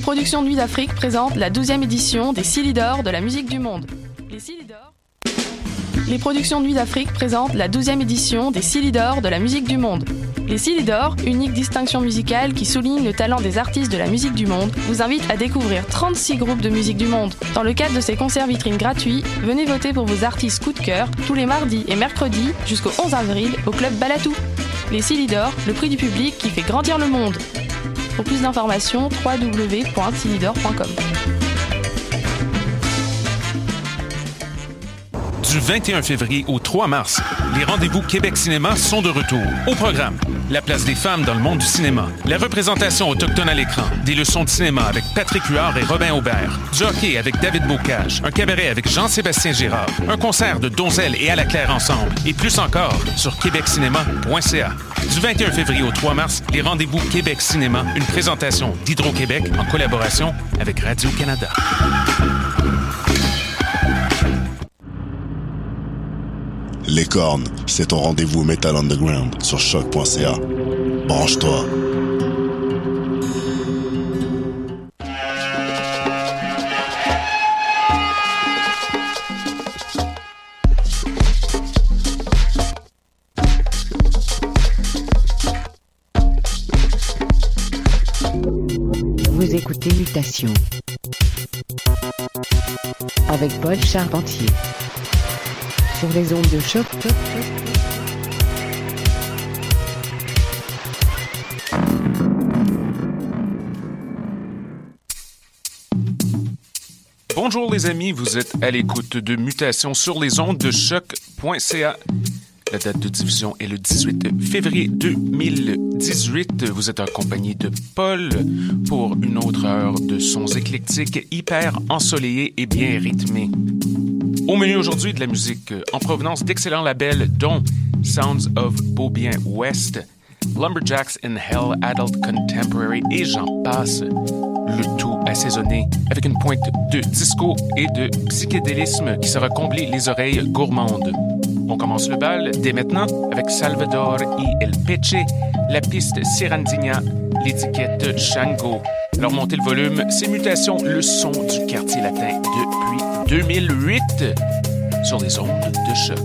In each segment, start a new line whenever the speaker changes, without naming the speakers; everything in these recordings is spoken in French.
Les productions Nuit d'Afrique présentent la 12e édition des Silidor de la musique du monde. Les productions Nuit d'Afrique présentent la 12e édition des Silidor de la musique du monde. Les Silidor, unique distinction musicale qui souligne le talent des artistes de la musique du monde, vous invitent à découvrir 36 groupes de musique du monde. Dans le cadre de ces concerts vitrines gratuits, venez voter pour vos artistes coup de cœur tous les mardis et mercredis jusqu'au 11 avril au club Balatou. Les Silidor, le prix du public qui fait grandir le monde. Pour plus d'informations, www.silidor.com.
Du 21 février au 3 mars, les rendez-vous Québec Cinéma sont de retour. Au programme, la place des femmes dans le monde du cinéma, la représentation autochtone à l'écran, des leçons de cinéma avec Patrick Huard et Robin Aubert, du hockey avec David Bocage, un cabaret avec Jean-Sébastien Girard, un concert de Donzelle et À la Claire ensemble, et plus encore sur québeccinéma.ca. Du 21 février au 3 mars, les rendez-vous Québec Cinéma, une présentation d'Hydro-Québec en collaboration avec Radio-Canada.
Les Cornes, c'est ton rendez-vous Metal Underground sur choc.ca. Branche-toi.
Vous écoutez Mutation avec Paul Charpentier. Sur les ondes de choc.
Bonjour les amis, vous êtes à l'écoute de Mutation sur les ondes de choc.ca. La date de diffusion est le 18 février 2018. Vous êtes accompagné de Paul pour une autre heure de sons éclectiques hyper ensoleillés et bien rythmés. Au menu aujourd'hui, de la musique en provenance d'excellents labels dont Sounds of Beaubien West, Lumberjacks in Hell Adult Contemporary et j'en passe. Le tout assaisonné avec une pointe de disco et de psychédélisme qui saura combler les oreilles gourmandes. On commence le bal dès maintenant avec Salvador y El Peche, la piste Serandinha, l'étiquette Shango. Alors montez le volume, c'est Mutation, le son du quartier latin depuis 2008 sur les ondes de choc.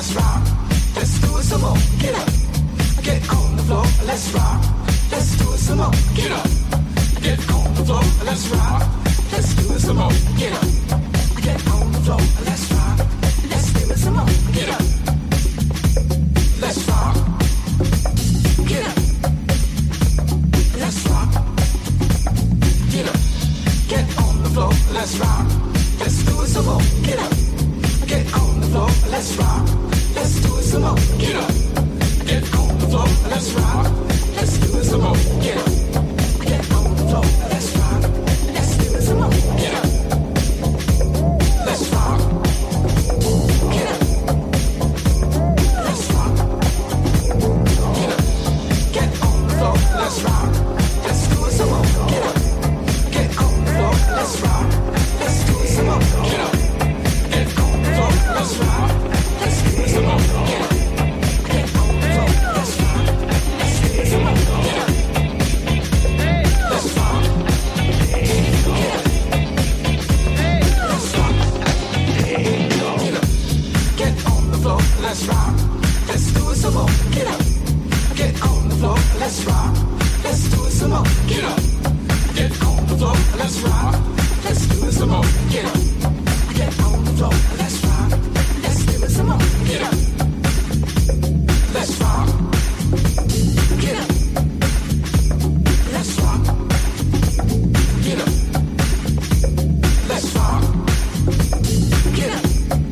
let's rock. Let's do it some more. Get up, get on the floor. Let's rock. Let's do it some more. Get up, get on the floor. Let's rock. Let's do it some more. Get up, get on the floor. Let's rock. Let's do it some more. Get up, let's rock. Get up, let's rock. Get up, get on the floor. Let's rock. Let's do it some more. Get up, get on the floor. Let's rock. Let's do it some more. Get up, get on the floor. Let's rock. Let's do it some more. Get up, get on the floor. Let's rock. Let's do it some more. Get up, let's rock. Get up, let's rock. Get up, get on the floor. Let's rock. Let's do it some more. Get up, get on the floor. Let's rock. Let's do it some more. Get up, get on the floor. Let's rock. Let's do it some more. Get up, get on the floor. Let's rock. Let's do it some more. Get up, let's rock. Get up, let's rock. Get up, get on the floor. Let's rock. Let's do it some more. Get up, get on the floor. Let's rock. Let's do it some more. Get up, get on the floor. Let's rock. Let's do it some more. Get up, get on the floor. Let's rock. Let's do it some more. Get up, let's rock. Get up, let's rock. Get up, let's rock. Get up,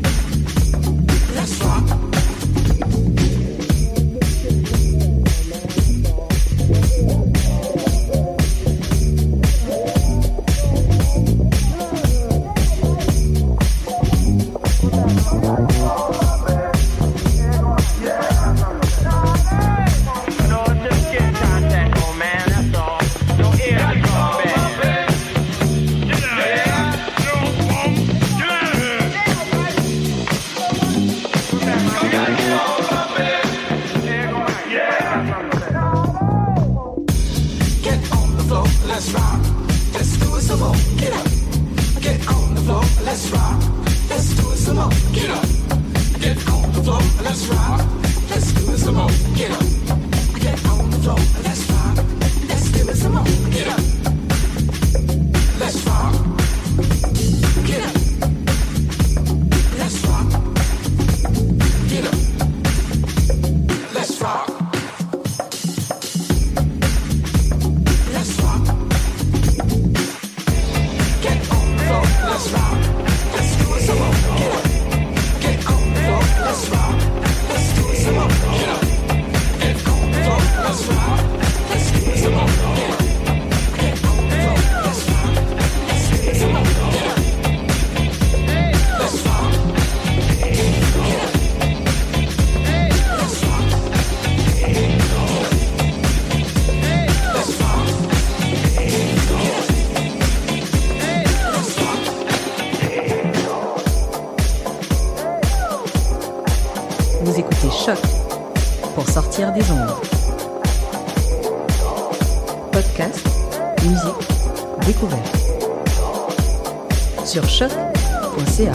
let's rock.
Vous écoutez Choc pour sortir des ondes. Podcast, musique, découverte. Sur choc.ca.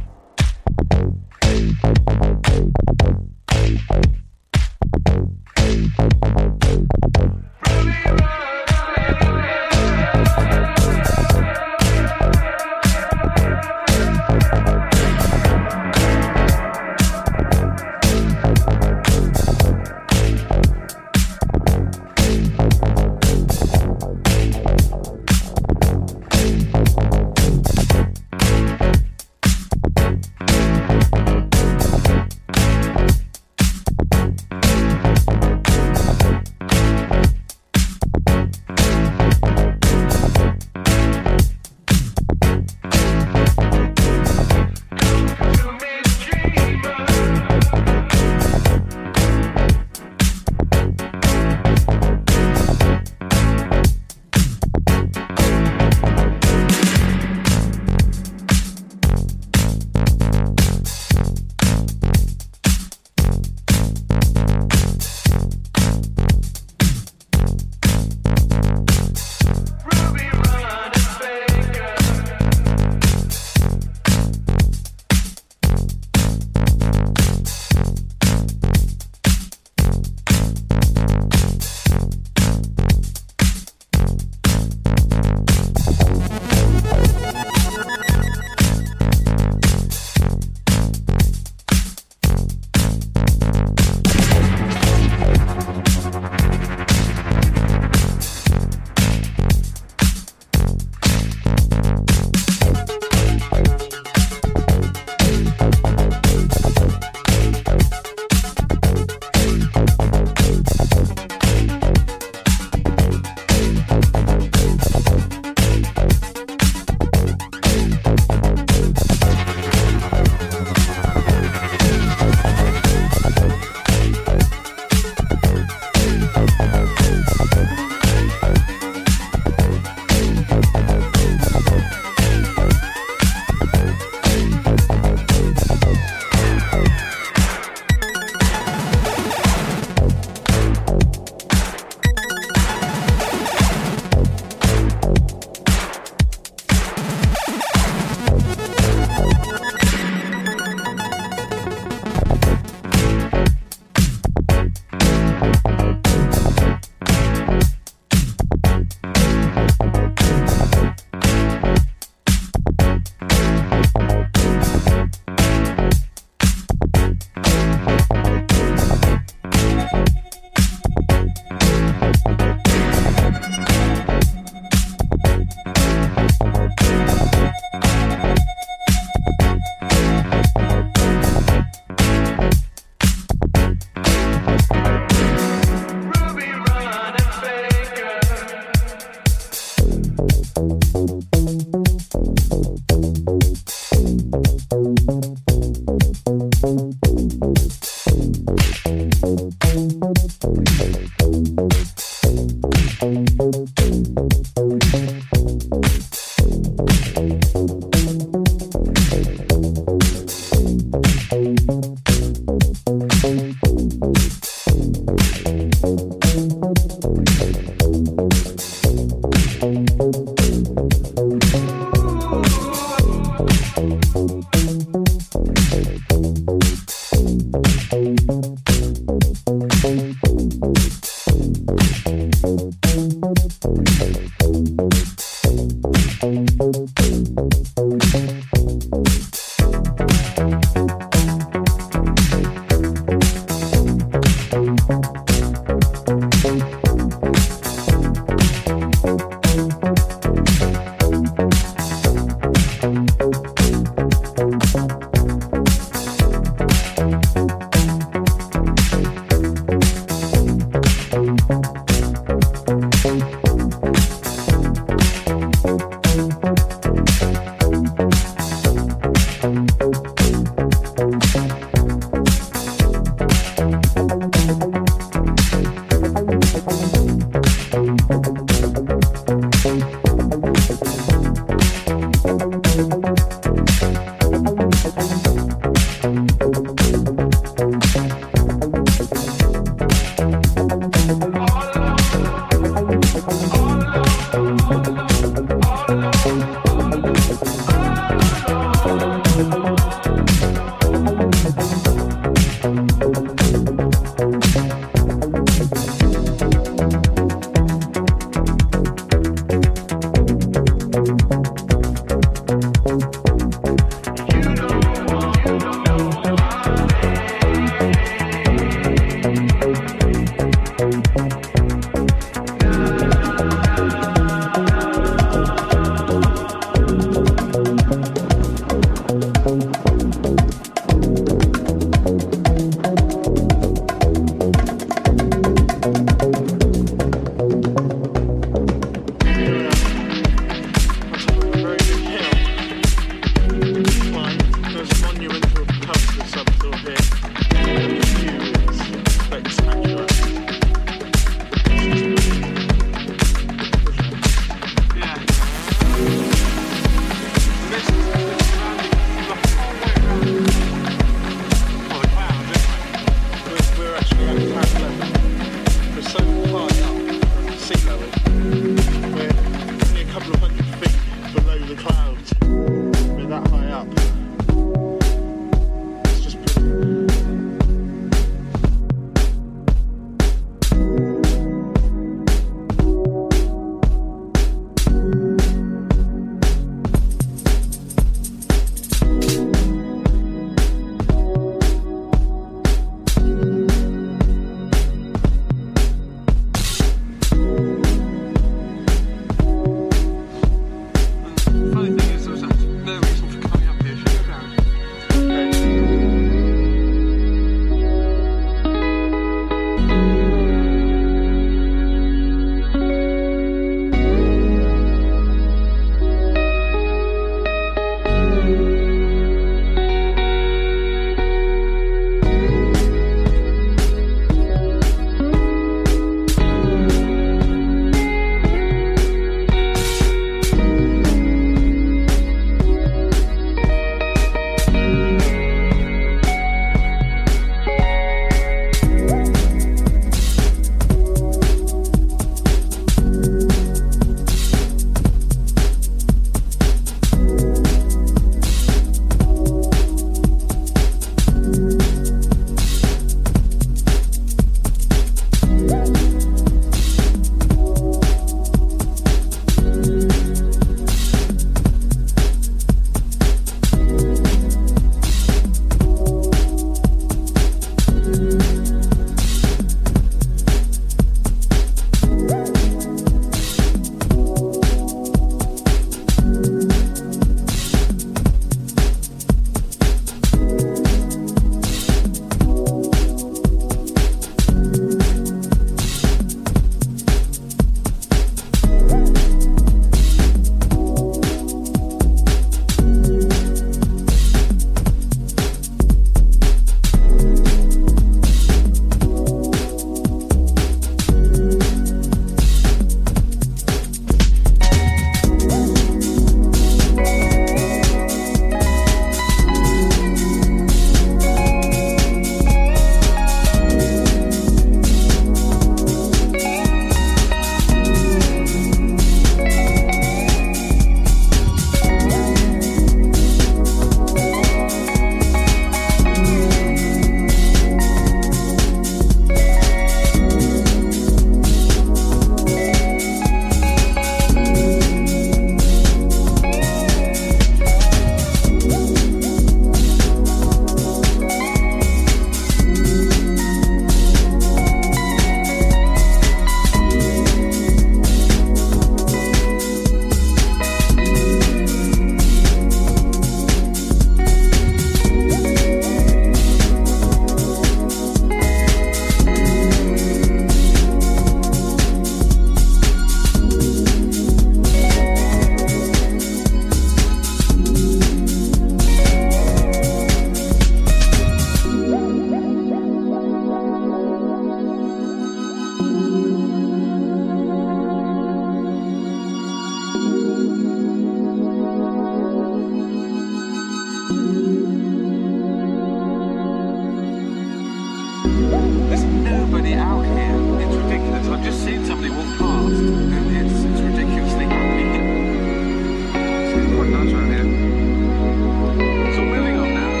I've just seen somebody walk past, and it's ridiculously convenient. It's quite nice around here. So we're moving on now.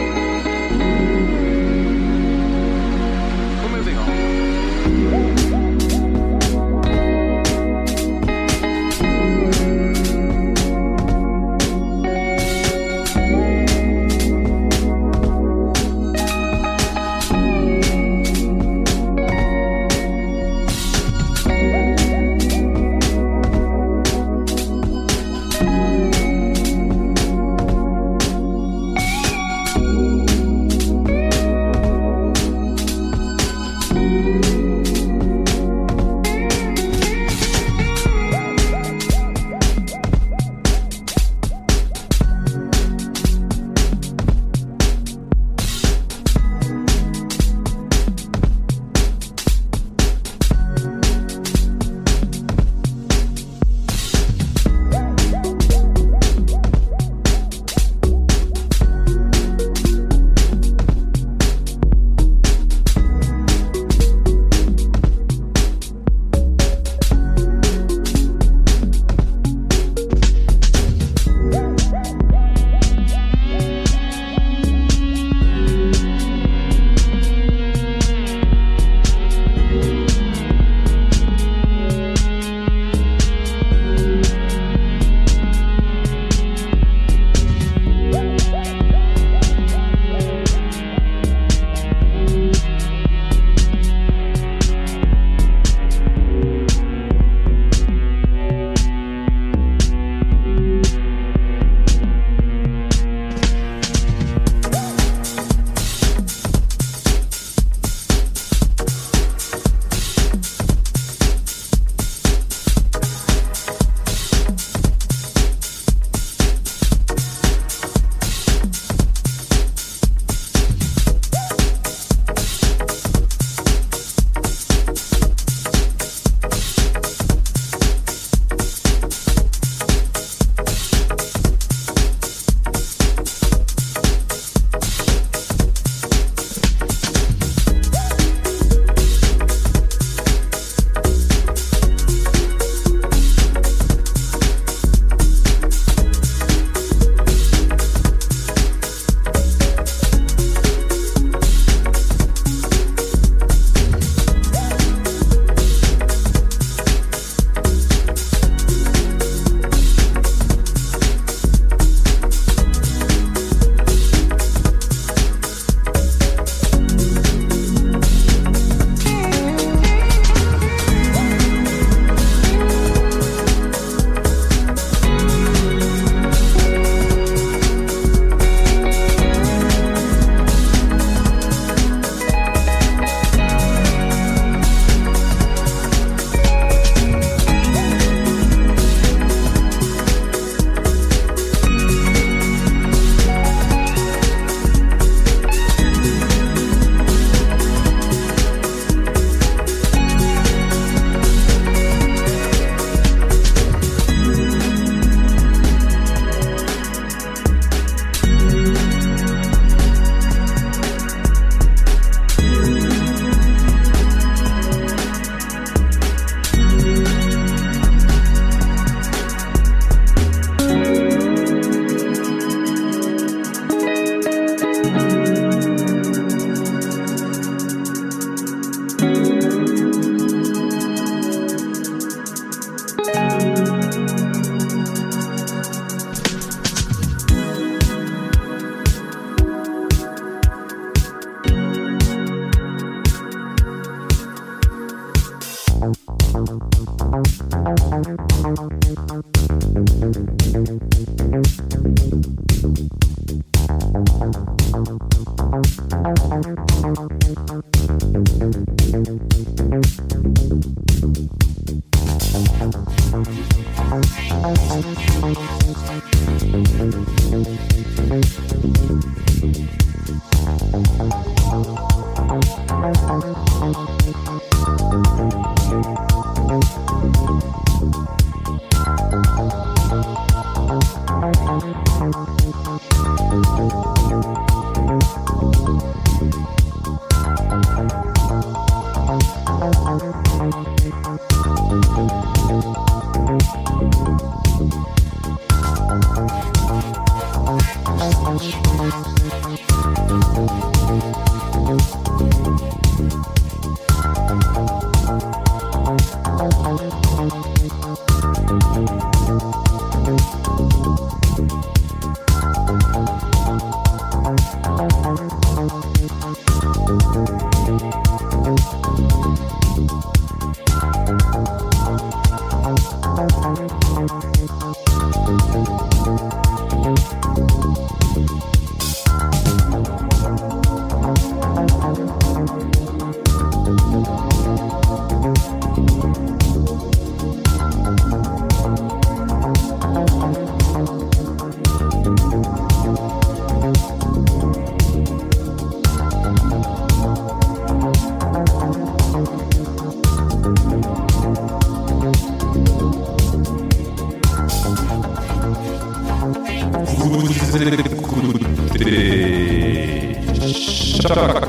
We're moving on.
écoutez Choc.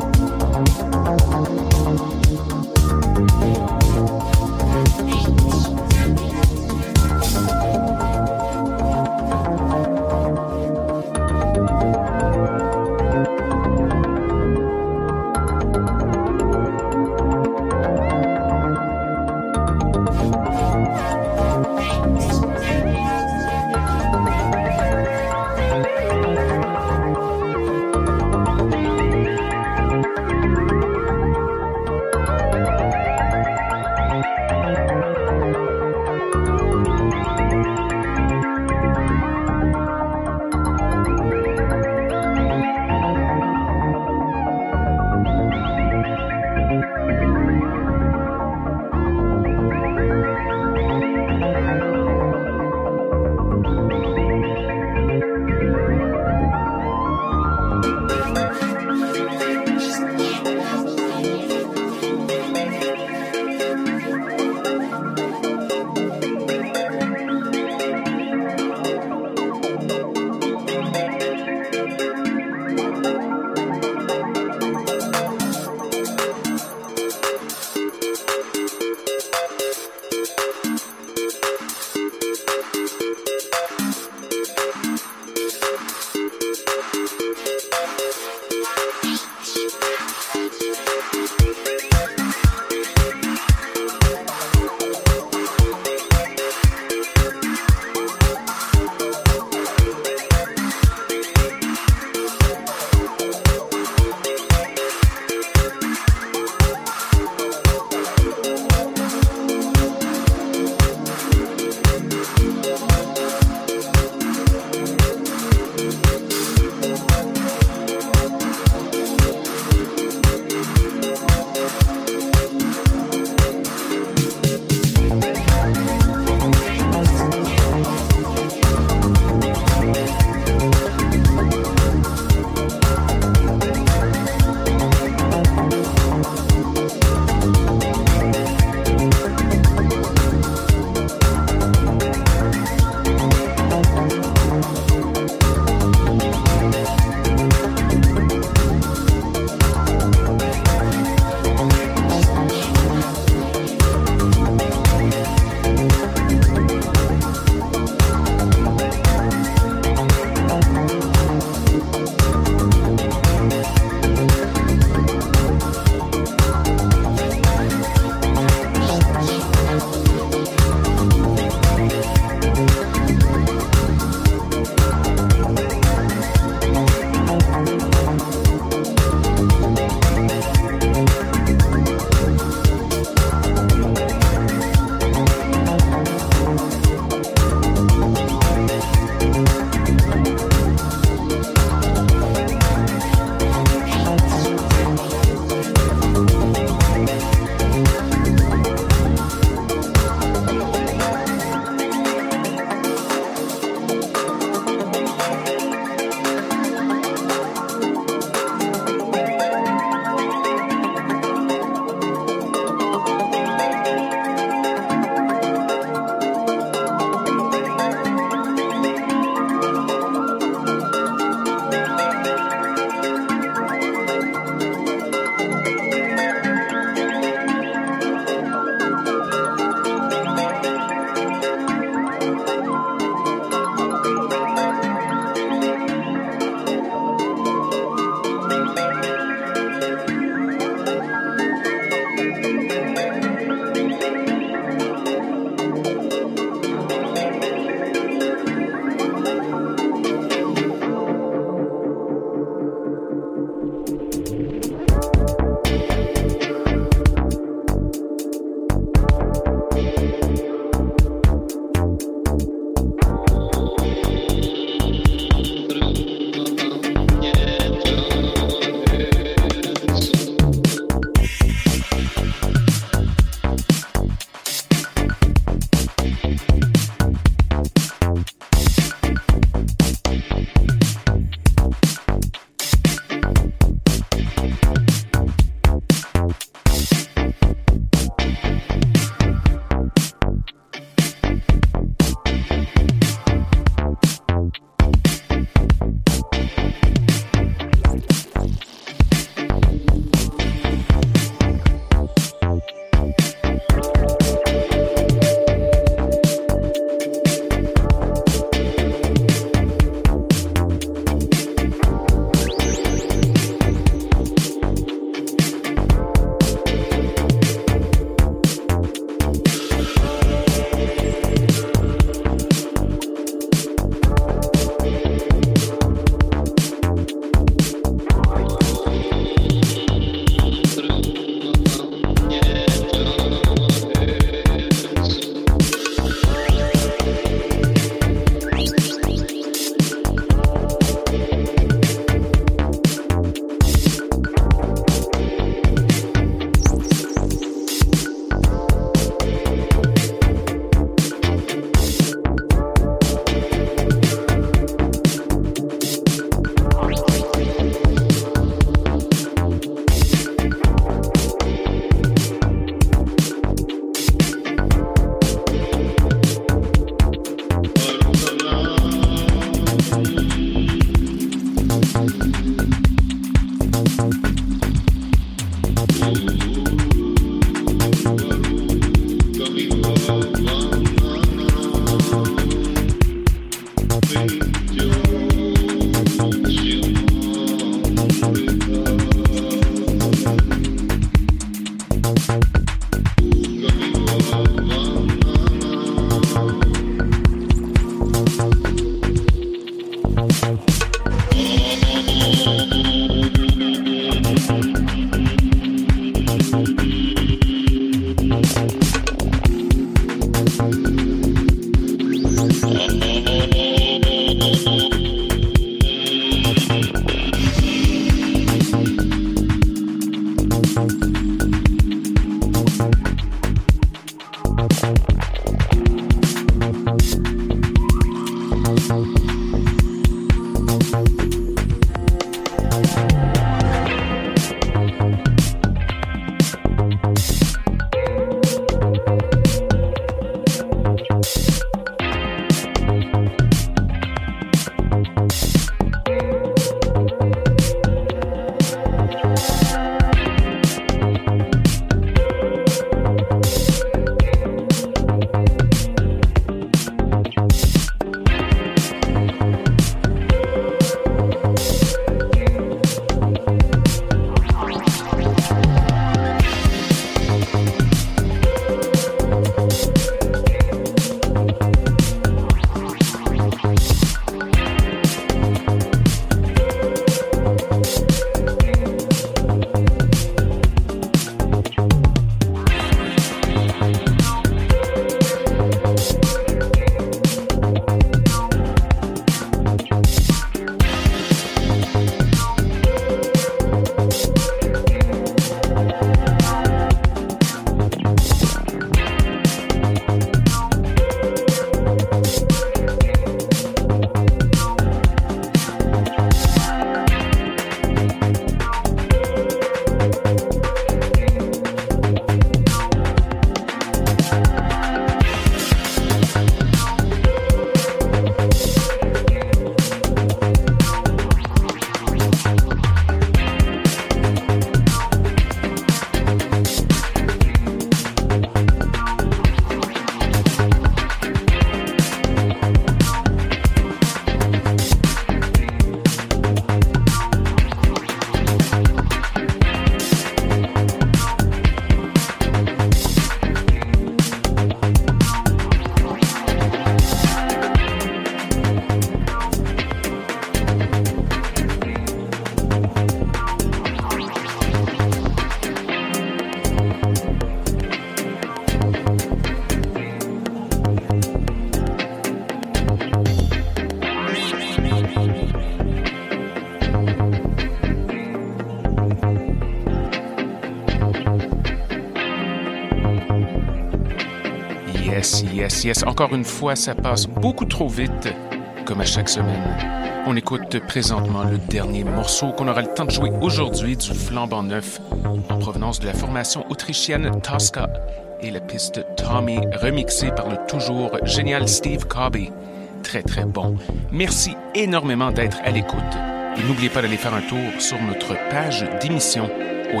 Yes. Encore une fois, ça passe beaucoup trop vite, comme à chaque semaine. On écoute présentement le dernier morceau qu'on aura le temps de jouer aujourd'hui du flambant neuf en provenance de la formation autrichienne Tosca et la piste Tommy remixée par le toujours génial Steve Cobby. Très, très bon. Merci énormément d'être à l'écoute. Et n'oubliez pas d'aller faire un tour sur notre page d'émission au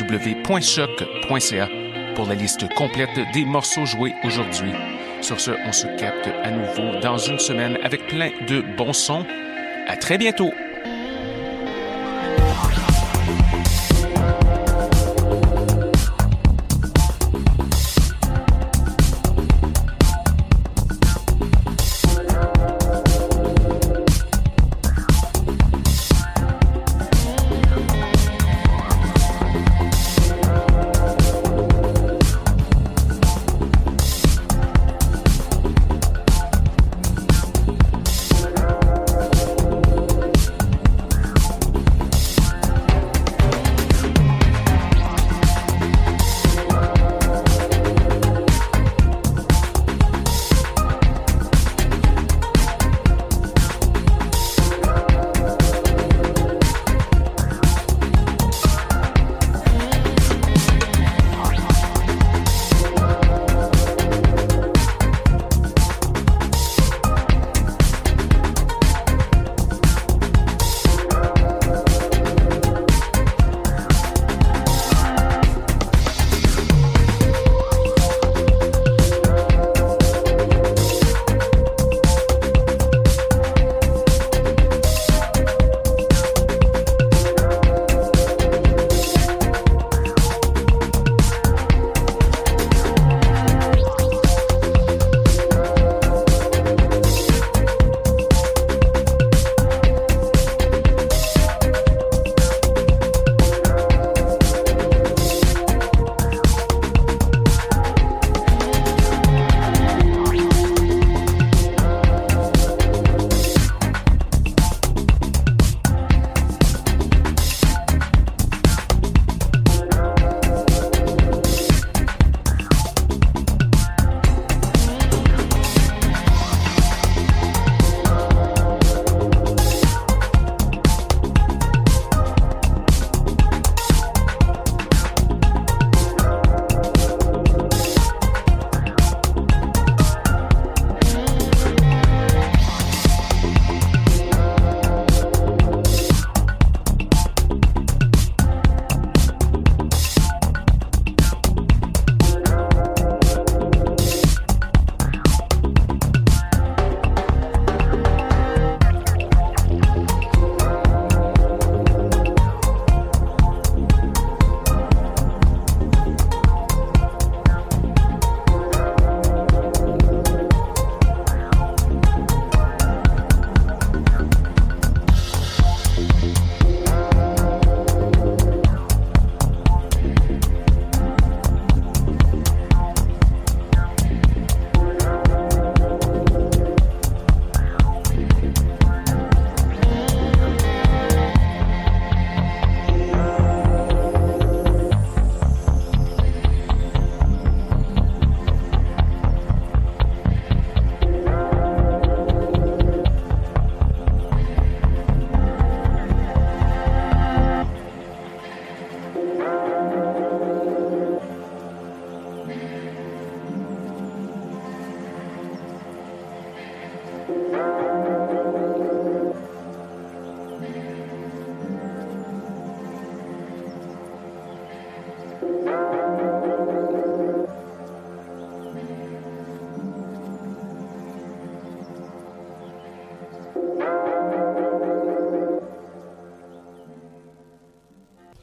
www.choc.ca pour la liste complète des morceaux joués aujourd'hui. Sur ce, on se capte à nouveau dans une semaine avec plein de bons sons. À très bientôt!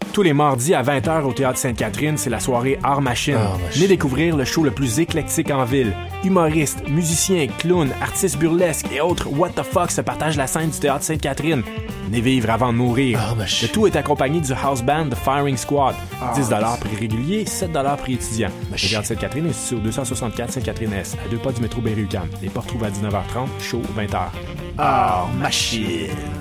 Tous les mardis à 20h au Théâtre Sainte-Catherine, c'est la soirée Art Machine. Venez découvrir le show le plus éclectique en ville. Humoristes, musiciens, clowns, artistes burlesques et autres what the fuck se partagent la scène du Théâtre Sainte-Catherine. Venez vivre avant de mourir. Le tout est accompagné du house band The Firing Squad. 10$ prix régulier, 7$ prix étudiant. Le Théâtre Sainte-Catherine est situé au 264 Sainte-Catherine-Est, à 2 pas du métro Berry-UQAM. Les portes trouvent à 19h30, show 20h. Art Machine.